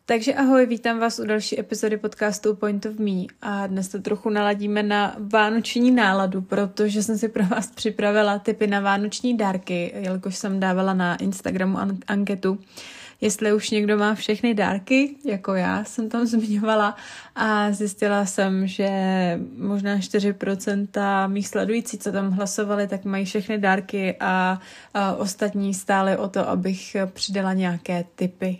Takže ahoj, vítám vás u další epizody podcastu Point of Me a dnes to trochu naladíme na vánoční náladu, protože jsem si pro vás připravila tipy na vánoční dárky, jelikož jsem dávala na Instagramu anketu, jestli už někdo má všechny dárky, jako já jsem tam zmiňovala a zjistila jsem, že možná 4% mých sledujících, co tam hlasovali, tak mají všechny dárky a ostatní stáli o to, abych přidala nějaké tipy.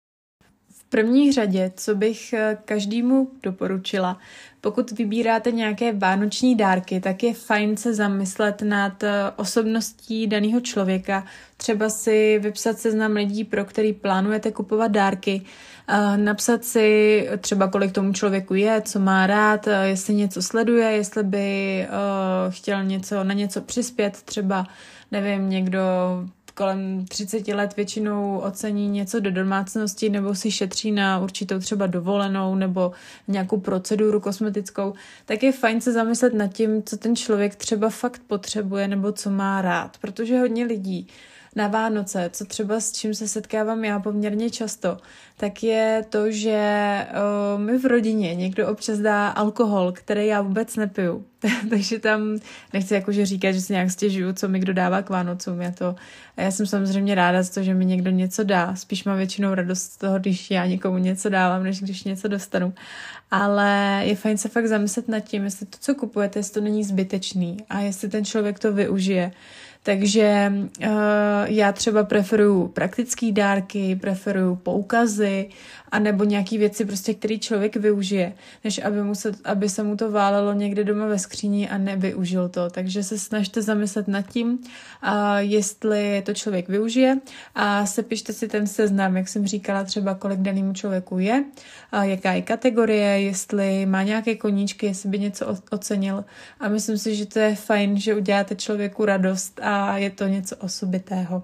V první řadě, co bych každému doporučila, pokud vybíráte nějaké vánoční dárky, tak je fajn se zamyslet nad osobností daného člověka, třeba si vypsat seznam lidí, pro který plánujete kupovat dárky, napsat si třeba kolik tomu člověku je, co má rád, jestli něco sleduje, jestli by chtěl na něco přispět, třeba nevím, někdo kolem 30 let většinou ocení něco do domácnosti nebo si šetří na určitou třeba dovolenou nebo nějakou proceduru kosmetickou, tak je fajn se zamyslet nad tím, co ten člověk třeba fakt potřebuje nebo co má rád, protože hodně lidí na Vánoce, co třeba s čím se setkávám já poměrně často, tak je to, že mi v rodině někdo občas dá alkohol, který já vůbec nepiju. Takže tam nechci jakože říkat, že si nějak stěžuju, co mi kdo dává k Vánocům. Já jsem samozřejmě ráda z toho, že mi někdo něco dá. Spíš mám většinou radost z toho, když já někomu něco dávám, než když něco dostanu. Ale je fajn se fakt zamyslet nad tím, jestli to, co kupujete, jestli to není zbytečný a jestli ten člověk to využije. Takže já třeba preferuju praktické dárky, preferuju poukazy a nebo nějaký věci, prostě, který člověk využije, než aby se mu to válelo někde doma ve skříni a nevyužil to. Takže se snažte zamyslet nad tím, jestli to člověk využije a sepište si ten seznam, jak jsem říkala, třeba kolik danému člověku je, jaká je kategorie, jestli má nějaké koníčky, jestli by něco ocenil. A myslím si, že to je fajn, že uděláte člověku radost a je to něco osobitého.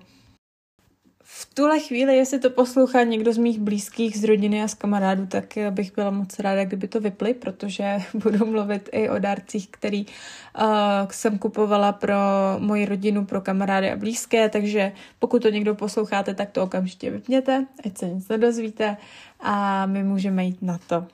V tuhle chvíli, jestli to poslouchá někdo z mých blízkých, z rodiny a z kamarádů, tak bych byla moc ráda, kdyby to vypli, protože budu mluvit i o dárcích, který jsem kupovala pro moji rodinu, pro kamarády a blízké, takže pokud to někdo posloucháte, tak to okamžitě vypněte, ať se nic nedozvíte a my můžeme jít na to.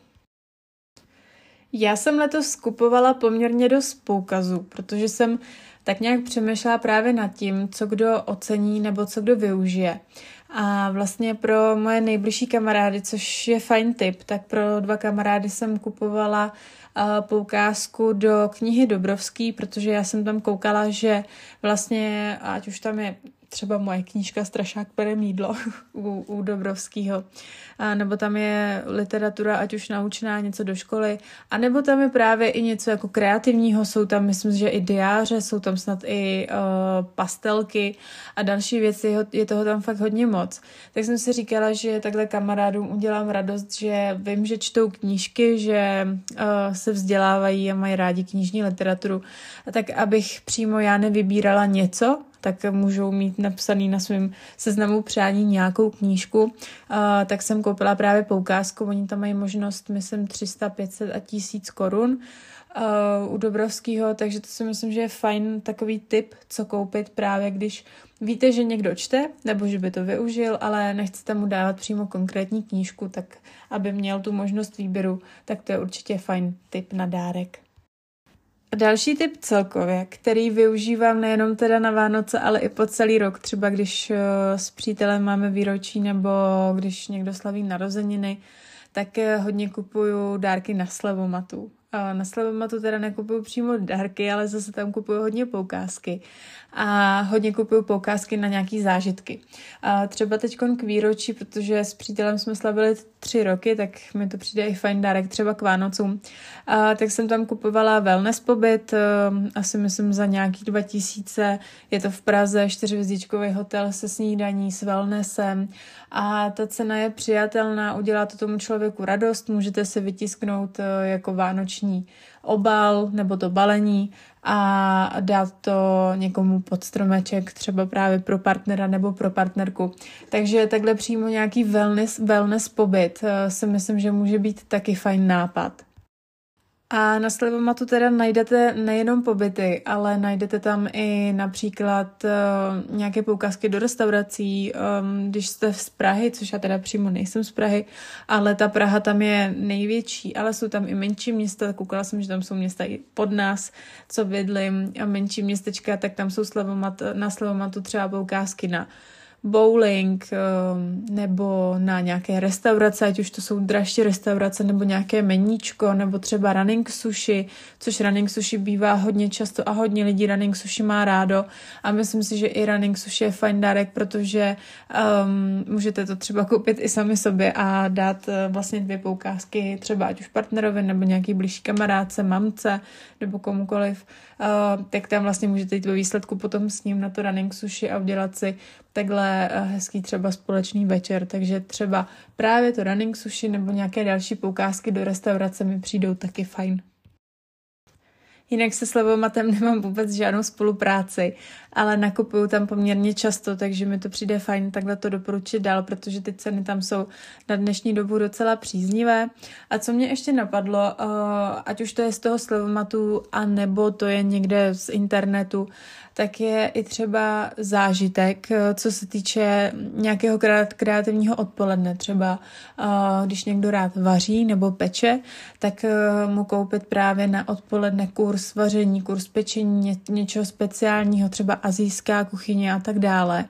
Já jsem letos kupovala poměrně dost poukazů, protože jsem tak nějak přemýšlela právě nad tím, co kdo ocení nebo co kdo využije. A vlastně pro moje nejbližší kamarády, což je fajn tip, tak pro 2 kamarády jsem kupovala poukázku do knihy Dobrovský, protože já jsem tam koukala, že vlastně, ať už tam je třeba moje knížka Strašák pere mýdlo u Dobrovskýho, nebo tam je literatura, ať už naučná, něco do školy, a nebo tam je právě i něco jako kreativního, jsou tam, myslím, že i diáře, jsou tam snad i pastelky a další věci, je toho tam fakt hodně moc. Tak jsem si říkala, že takhle kamarádům udělám radost, že vím, že čtou knížky, že se vzdělávají a mají rádi knižní literaturu, tak abych přímo já nevybírala něco, tak můžou mít napsaný na svém seznamu přání nějakou knížku, tak jsem koupila právě poukázku, oni tam mají možnost, myslím, 300, 500 a 1000 korun u Dobrovského, takže to si myslím, že je fajn takový tip, co koupit právě, když víte, že někdo čte, nebo že by to využil, ale nechcete mu dávat přímo konkrétní knížku, tak aby měl tu možnost výběru, tak to je určitě fajn tip na dárek. Další tip celkově, který využívám nejenom teda na Vánoce, ale i po celý rok, třeba když s přítelem máme výročí nebo když někdo slaví narozeniny, tak hodně kupuju dárky na slevomatu. Na slevomatu teda nekupuju přímo dárky, ale zase tam kupuju hodně poukázky. A hodně kupuju poukázky na nějaký zážitky. Třeba teďkon k výročí, protože s přítelem jsme slavili 3 roky, tak mi to přijde i fajn dárek třeba k Vánocům. Tak jsem tam kupovala wellness pobyt, asi myslím za nějaký 2000. Je to v Praze, 4hvězdičkový hotel se snídaní, s wellnessem. A ta cena je přijatelná, udělá to tomu člověku radost, můžete si vytisknout jako vánoční obal nebo to balení a dát to někomu pod stromeček, třeba právě pro partnera nebo pro partnerku. Takže takhle přímo nějaký wellness pobyt si myslím, že může být taky fajn nápad. A na Slevomatu teda najdete nejenom pobyty, ale najdete tam i například nějaké poukázky do restaurací, když jste z Prahy, což já teda přímo nejsem z Prahy, ale ta Praha tam je největší, ale jsou tam i menší města, koukala jsem, že tam jsou města i pod nás, co bydlím, a menší městečka, tak tam jsou na Slevomatu třeba poukázky na bowling nebo na nějaké restaurace, ať už to jsou dražší restaurace nebo nějaké meníčko, nebo třeba running sushi, což running sushi bývá hodně často a hodně lidí running sushi má rádo a myslím si, že i running sushi je fajn dárek, protože můžete to třeba koupit i sami sobě a dát vlastně 2 poukázky třeba ať už partnerovi nebo nějaký blížší kamarádce, mamce nebo komukoliv, tak tam vlastně můžete jít ve výsledku potom s ním na to running sushi a udělat si takhle hezký třeba společný večer, takže třeba právě to running sushi nebo nějaké další poukázky do restaurace mi přijdou taky fajn. Jinak se Slevomatem nemám vůbec žádnou spolupráci, ale nakupuju tam poměrně často, takže mi to přijde fajn takhle to doporučit dál, protože ty ceny tam jsou na dnešní dobu docela příznivé. A co mě ještě napadlo, ať už to je z toho Slevomatu, a nebo to je někde z internetu, tak je i třeba zážitek, co se týče nějakého kreativního odpoledne. Třeba když někdo rád vaří nebo peče, tak mu koupit právě na odpoledne kurz vaření, kurz pečení, něčeho speciálního, třeba asijská kuchyně a tak dále.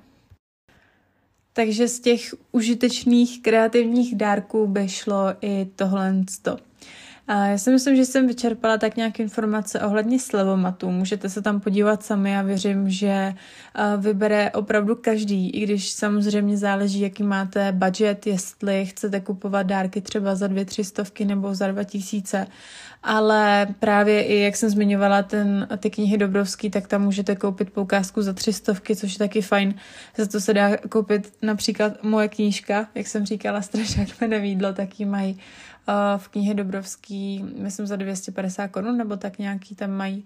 Takže z těch užitečných kreativních dárků by šlo i tohle. Já si myslím, že jsem vyčerpala tak nějaké informace ohledně Slevomatu. Můžete se tam podívat sami a věřím, že vybere opravdu každý, i když samozřejmě záleží, jaký máte budget, jestli chcete kupovat dárky třeba za 200-300 nebo za 2000. Ale právě i, jak jsem zmiňovala, ty knihy Dobrovský, tak tam můžete koupit poukázku za 300, což je taky fajn. Za to se dá koupit například moje knížka, jak jsem říkala, Strašák jmenuje jídlo, tak ji mají v knihe Dobrovský, myslím za 250 korun, nebo tak nějaký tam mají.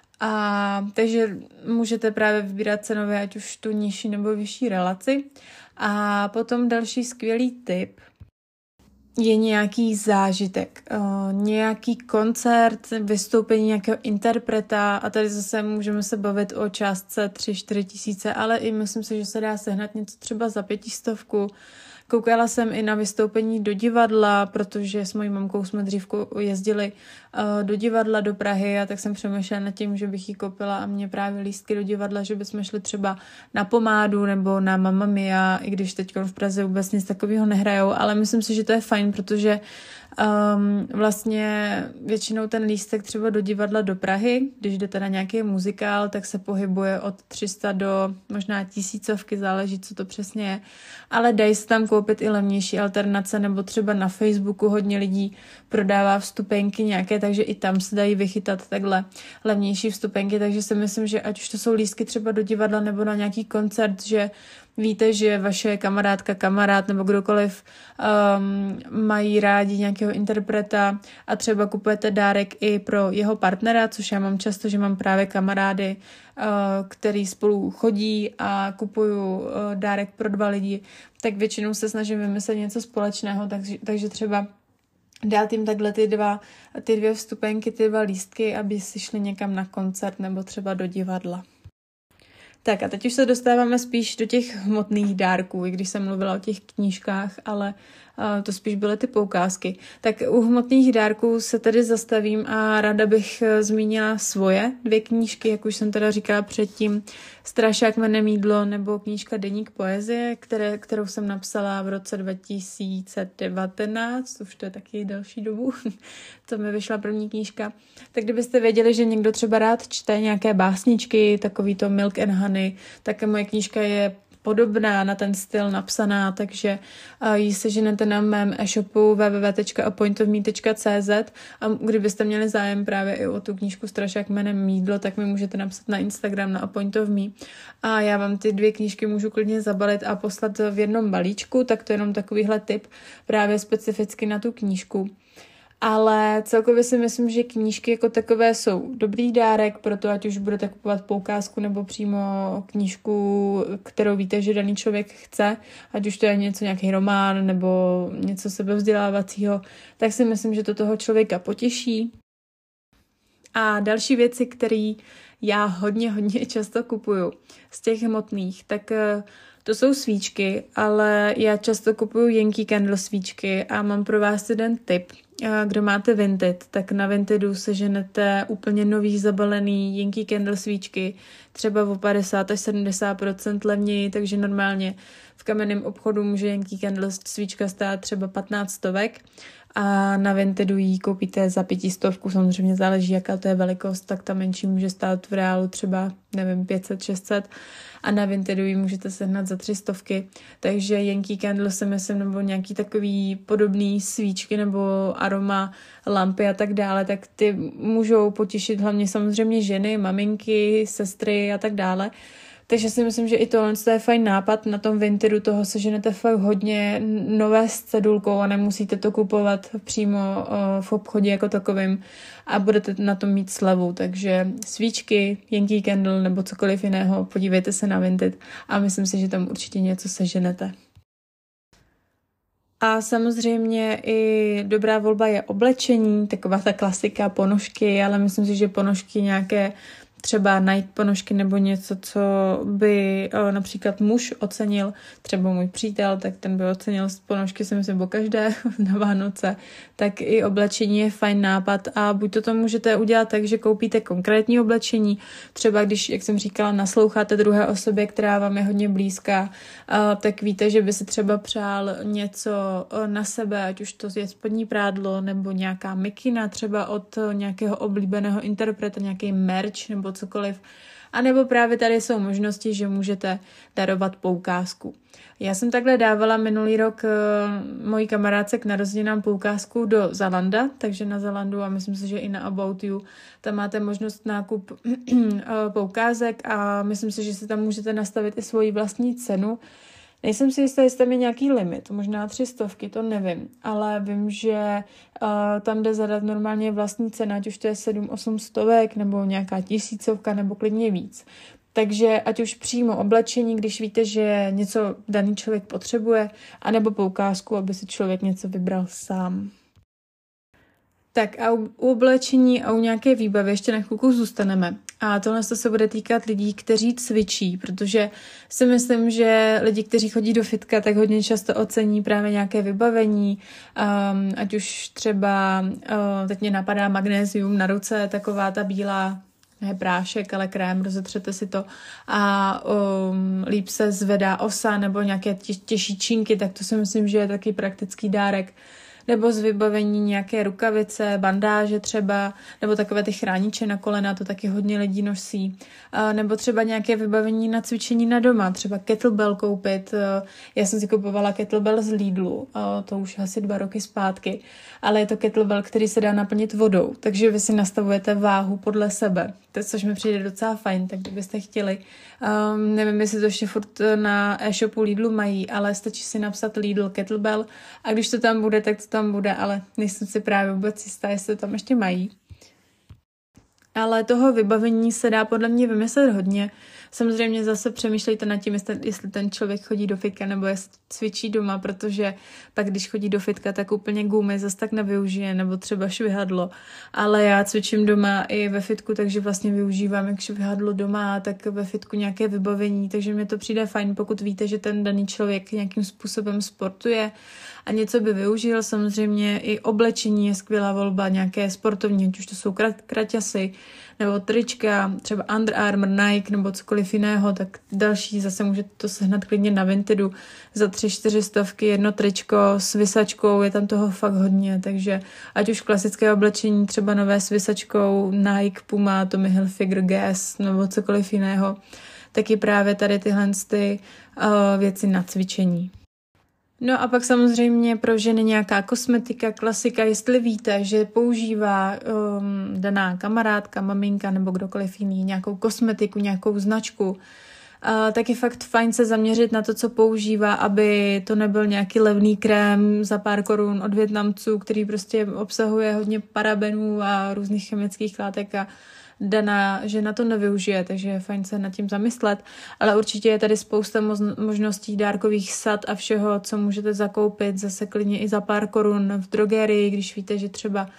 Takže můžete právě vybírat cenově, ať už tu nižší nebo vyšší relaci. A potom další skvělý tip je nějaký zážitek, nějaký koncert, vystoupení nějakého interpreta a tady zase můžeme se bavit o částce 3-4 tisíce, ale i myslím si, že se dá sehnat něco třeba za 500. Koukala jsem i na vystoupení do divadla, protože s mojí mamkou jsme dřív jezdili do divadla do Prahy a tak jsem přemýšlela nad tím, že bych jí koupila a mě právě lístky do divadla, že bychom šli třeba na Pomádu nebo na Mamma Mia, i když teď v Praze vůbec nic takového nehrajou, ale myslím si, že to je fajn, protože vlastně většinou ten lístek třeba do divadla do Prahy, když jdete na nějaký muzikál, tak se pohybuje od 300 do možná 1000, záleží, co to přesně je, ale dají se tam koupit i levnější alternace, nebo třeba na Facebooku hodně lidí prodává vstupenky nějaké, takže i tam se dají vychytat takhle levnější vstupenky, takže si myslím, že ať už to jsou lístky třeba do divadla nebo na nějaký koncert, že víte, že vaše kamarádka, kamarád nebo kdokoliv mají rádi nějakého interpreta a třeba kupujete dárek i pro jeho partnera, což já mám často, že mám právě kamarády, který spolu chodí a kupuju dárek pro 2 lidi, tak většinou se snažím vymyslet něco společného, takže třeba dát jim takhle ty dvě vstupenky, ty 2 lístky, aby si šli někam na koncert nebo třeba do divadla. Tak a teď už se dostáváme spíš do těch hmotných dárků, i když jsem mluvila o těch knížkách, ale to spíš byly ty poukázky. Tak u hmotných dárků se tedy zastavím a ráda bych zmínila svoje 2 knížky, jak už jsem teda říkala předtím, Strašák jménem jídlo nebo knížka Deník poezie, kterou jsem napsala v roce 2019, už to je taky další dobu, co mi vyšla první knížka. Tak kdybyste věděli, že někdo třeba rád čte nějaké básničky, takový to Milk and Honey, tak moje knížka je podobná na ten styl napsaná, takže ji seženete na mém e-shopu www.apointofme.cz a kdybyste měli zájem právě i o tu knížku Strašák jménem jídlo, tak mi můžete napsat na Instagram na apointofme a já vám ty 2 knížky můžu klidně zabalit a poslat v jednom balíčku, tak to je jenom takovýhle tip právě specificky na tu knížku. Ale celkově si myslím, že knížky jako takové jsou dobrý dárek, proto ať už budete kupovat poukázku nebo přímo knížku, kterou víte, že daný člověk chce, ať už to je nějaký román nebo něco sebevzdělávacího, tak si myslím, že to toho člověka potěší. A další věci, které já hodně často kupuju z těch hmotných, tak to jsou svíčky, ale já často kupuju Yankee Candle svíčky a mám pro vás jeden tip. Kdo máte Vinted, tak na Vintedu seženete úplně nový zabalený Yankee Candle svíčky, třeba o 50 až 70% levněji, takže normálně v kamenném obchodu může Yankee Candle svíčka stát třeba 15 stovek a na Vintedu ji koupíte za 500, samozřejmě záleží, jaká to je velikost, tak ta menší může stát v reálu třeba, nevím, 500-600 a na Vintedu ji můžete sehnat za 300. Takže Yankee Candle si myslím, nebo nějaký takový podobný svíčky nebo aroma lampy a tak dále, tak ty můžou potěšit hlavně samozřejmě ženy, maminky, sestry a tak dále. Takže si myslím, že i tohle je fajn nápad. Na tom Vintedu toho seženete fakt hodně nové s cedulkou a nemusíte to kupovat přímo v obchodě jako takovým a budete na tom mít slevu. Takže svíčky, Yankee Candle nebo cokoliv jiného, podívejte se na Vinted a myslím si, že tam určitě něco seženete. A samozřejmě i dobrá volba je oblečení, taková ta klasika, ponožky, ale myslím si, že ponožky nějaké třeba Nike ponožky nebo něco, co by například muž ocenil, třeba můj přítel, tak ten by ocenil ponožky, si myslím, každé na Vánoce, tak i oblečení je fajn nápad a buď to můžete udělat tak, že koupíte konkrétní oblečení, třeba když, jak jsem říkala, nasloucháte druhé osobě, která vám je hodně blízká, tak víte, že by si třeba přál něco na sebe, ať už to je spodní prádlo nebo nějaká mikina třeba od nějakého oblíbeného interpreta, nějaký merch nebo cokoliv. A nebo právě tady jsou možnosti, že můžete darovat poukázku. Já jsem takhle dávala minulý rok mojí kamarádce k narozeninám poukázku do Zalanda, takže na Zalandu a myslím si, že i na About You tam máte možnost nákup poukázek a myslím si, že si tam můžete nastavit i svoji vlastní cenu. Nejsem si jistá, jestli tam je nějaký limit, možná 300, to nevím, ale vím, že tam jde zadat normálně vlastní cena, ať už to je 7-8 stovek, nebo nějaká 1000 nebo klidně víc. Takže ať už přímo oblečení, když víte, že něco daný člověk potřebuje, anebo poukázku, aby si člověk něco vybral sám. Tak a u oblečení a u nějaké výbavy ještě na chvilku zůstaneme. A tohle se bude týkat lidí, kteří cvičí, protože si myslím, že lidi, kteří chodí do fitka, tak hodně často ocení právě nějaké vybavení, ať už třeba, teď mě napadá magnézium na ruce, taková ta bílá, ne prášek, ale krém, rozetřete si to a líp se zvedá osa nebo nějaké těžší činky, tak to si myslím, že je taky praktický dárek. Nebo z vybavení nějaké rukavice, bandáže třeba, nebo takové ty chrániče na kolena, to taky hodně lidí nosí. Nebo třeba nějaké vybavení na cvičení na doma, třeba kettlebell koupit. Já jsem si kupovala kettlebell z Lidlu, to už asi 2 roky zpátky, ale je to kettlebell, který se dá naplnit vodou, takže vy si nastavujete váhu podle sebe, což mi přijde docela fajn, tak kdybyste chtěli. Nevím, jestli to ještě furt na e-shopu Lidlu mají, ale stačí si napsat Lidl kettlebell a když to tam bude, tak to tam bude, ale nejsem si právě vůbec jistá, jestli to tam ještě mají. Ale toho vybavení se dá podle mě vymyslet hodně. Samozřejmě zase přemýšlejte nad tím, jestli ten člověk chodí do fitka nebo jestli cvičí doma, protože pak, když chodí do fitka, tak úplně gumy zase tak nevyužije, nebo třeba švihadlo. Ale já cvičím doma i ve fitku, takže vlastně využívám jak švihadlo doma, tak ve fitku nějaké vybavení, takže mi to přijde fajn, pokud víte, že ten daný člověk nějakým způsobem sportuje a něco by využil. Samozřejmě i oblečení je skvělá volba, nějaké sportovní, ať už to jsou kraťasy, nebo trička, třeba Under Armour, Nike nebo cokoliv jiného, tak další zase můžete to sehnat klidně na Vintedu za 3-4 stovky, jedno tričko s visačkou, je tam toho fakt hodně, takže ať už klasické oblečení, třeba nové s visačkou, Nike, Puma, Tommy Hilfiger, Guess nebo cokoliv jiného, taky právě tady tyhle věci na cvičení. No a pak samozřejmě pro ženy nějaká kosmetika, klasika, jestli víte, že používá daná kamarádka, maminka nebo kdokoliv jiný nějakou kosmetiku, nějakou značku, tak je fakt fajn se zaměřit na to, co používá, aby to nebyl nějaký levný krém za pár korun od Vietnamců, který prostě obsahuje hodně parabenů a různých chemických látek a daná žena to nevyužije, takže je fajn se nad tím zamyslet, ale určitě je tady spousta možností dárkových sad a všeho, co můžete zakoupit, zase klidně i za pár korun v drogerii, když víte, že třeba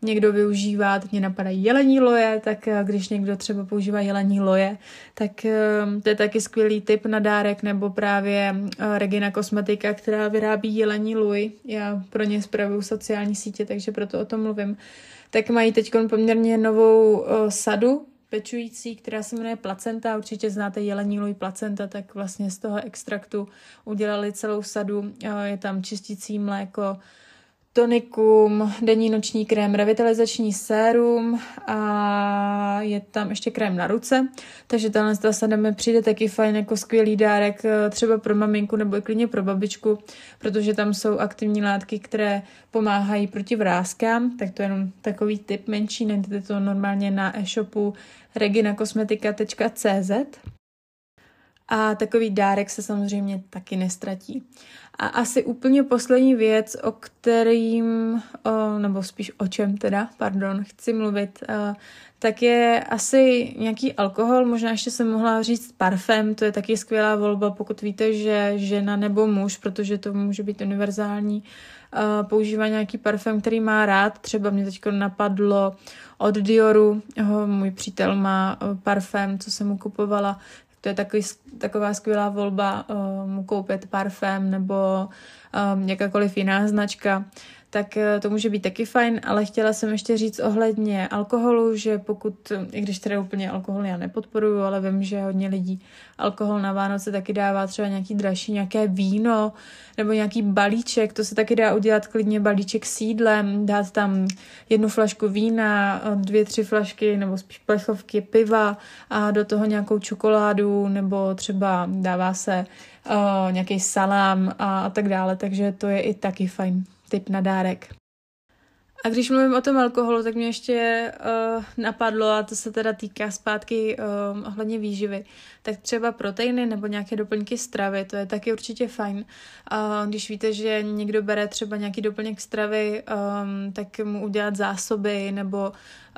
někdo využívá, teď mě napadají jelení loje, tak když někdo třeba používá jelení loje, tak to je taky skvělý tip na dárek, nebo právě Regina kosmetika, která vyrábí jelení lůj. Já pro ně spravuju sociální sítě, takže proto o tom mluvím. Tak mají teď poměrně novou sadu pečující, která se jmenuje placenta. Určitě znáte jelení lůj placenta, tak vlastně z toho extraktu udělali celou sadu. Je tam čistící mléko, tonikum, denní noční krém, revitalizační sérum a je tam ještě krém na ruce, takže ta sada mi přijde taky fajn jako skvělý dárek třeba pro maminku nebo i klidně pro babičku, protože tam jsou aktivní látky, které pomáhají proti vráskám, tak to je jenom takový tip menší, najdete to normálně na e-shopu reginakosmetika.cz. A takový dárek se samozřejmě taky nestratí. A asi úplně poslední věc, nebo spíš o čem chci mluvit, tak je asi nějaký alkohol, možná ještě jsem mohla říct parfém, to je taky skvělá volba, pokud víte, že žena nebo muž, protože to může být univerzální, používá nějaký parfém, který má rád, třeba mě teď napadlo od Dioru, můj přítel má parfém, co jsem mu kupovala. To je taková skvělá volba mu koupit parfém nebo jakákoliv jiná značka, tak to může být taky fajn, ale chtěla jsem ještě říct ohledně alkoholu, že pokud, i když teda úplně alkohol já nepodporuju, ale vím, že hodně lidí alkohol na Vánoce taky dává třeba nějaký dražší, nějaké víno nebo nějaký balíček, to se taky dá udělat klidně balíček s jídlem, dát tam 1 flašku vína, 2, 3 flašky nebo spíš plechovky piva a do toho nějakou čokoládu nebo třeba dává se nějaký salám a tak dále, takže to je i taky fajn tip na dárek. A když mluvím o tom alkoholu, tak mě ještě napadlo, a to se teda týká zpátky ohledně výživy, tak třeba proteiny nebo nějaké doplňky stravy, to je taky určitě fajn. Když víte, že někdo bere třeba nějaký doplněk stravy, tak mu udělat zásoby, nebo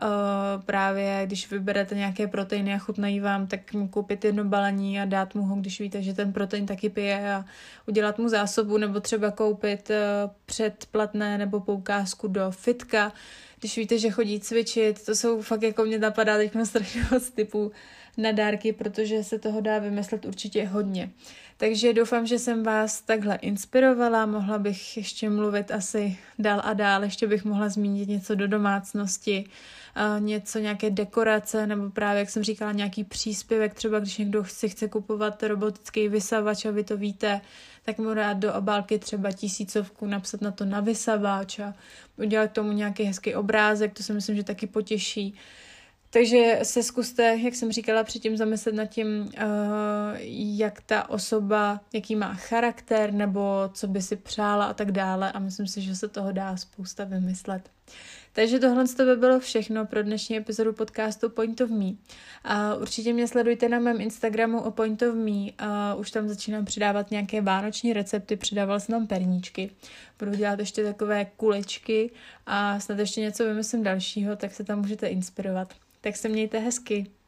právě když vyberete nějaké proteiny a chutnají vám, tak mu koupit 1 balení a dát mu ho, když víte, že ten protein taky pije, a udělat mu zásobu, nebo třeba koupit předplatné nebo poukázku do fitka, když víte, že chodí cvičit. To jsou fakt, jako mě napadá teď strašně moc typů na dárky, protože se toho dá vymyslet určitě hodně. Takže doufám, že jsem vás takhle inspirovala, mohla bych ještě mluvit asi dál a dál, ještě bych mohla zmínit něco do domácnosti, nějaké dekorace, nebo právě, jak jsem říkala, nějaký příspěvek, třeba když někdo si chce kupovat robotický vysavač a vy to víte, tak mu dát do obálky třeba 1000, napsat na to na vysavač a udělat k tomu nějaký hezký obrázek, to si myslím, že taky potěší. Takže se zkuste, jak jsem říkala předtím, zamyslet nad tím, jak ta osoba, jaký má charakter, nebo co by si přála a tak dále, a myslím si, že se toho dá spousta vymyslet. Takže tohle by bylo všechno pro dnešní epizodu podcastu Point of Me. A určitě mě sledujte na mém Instagramu o Point of Me. Už tam začínám přidávat nějaké vánoční recepty, přidávala jsem tam perníčky. Budu dělat ještě takové kuličky a snad ještě něco vymyslím dalšího, tak se tam můžete inspirovat. Tak se mějte hezky.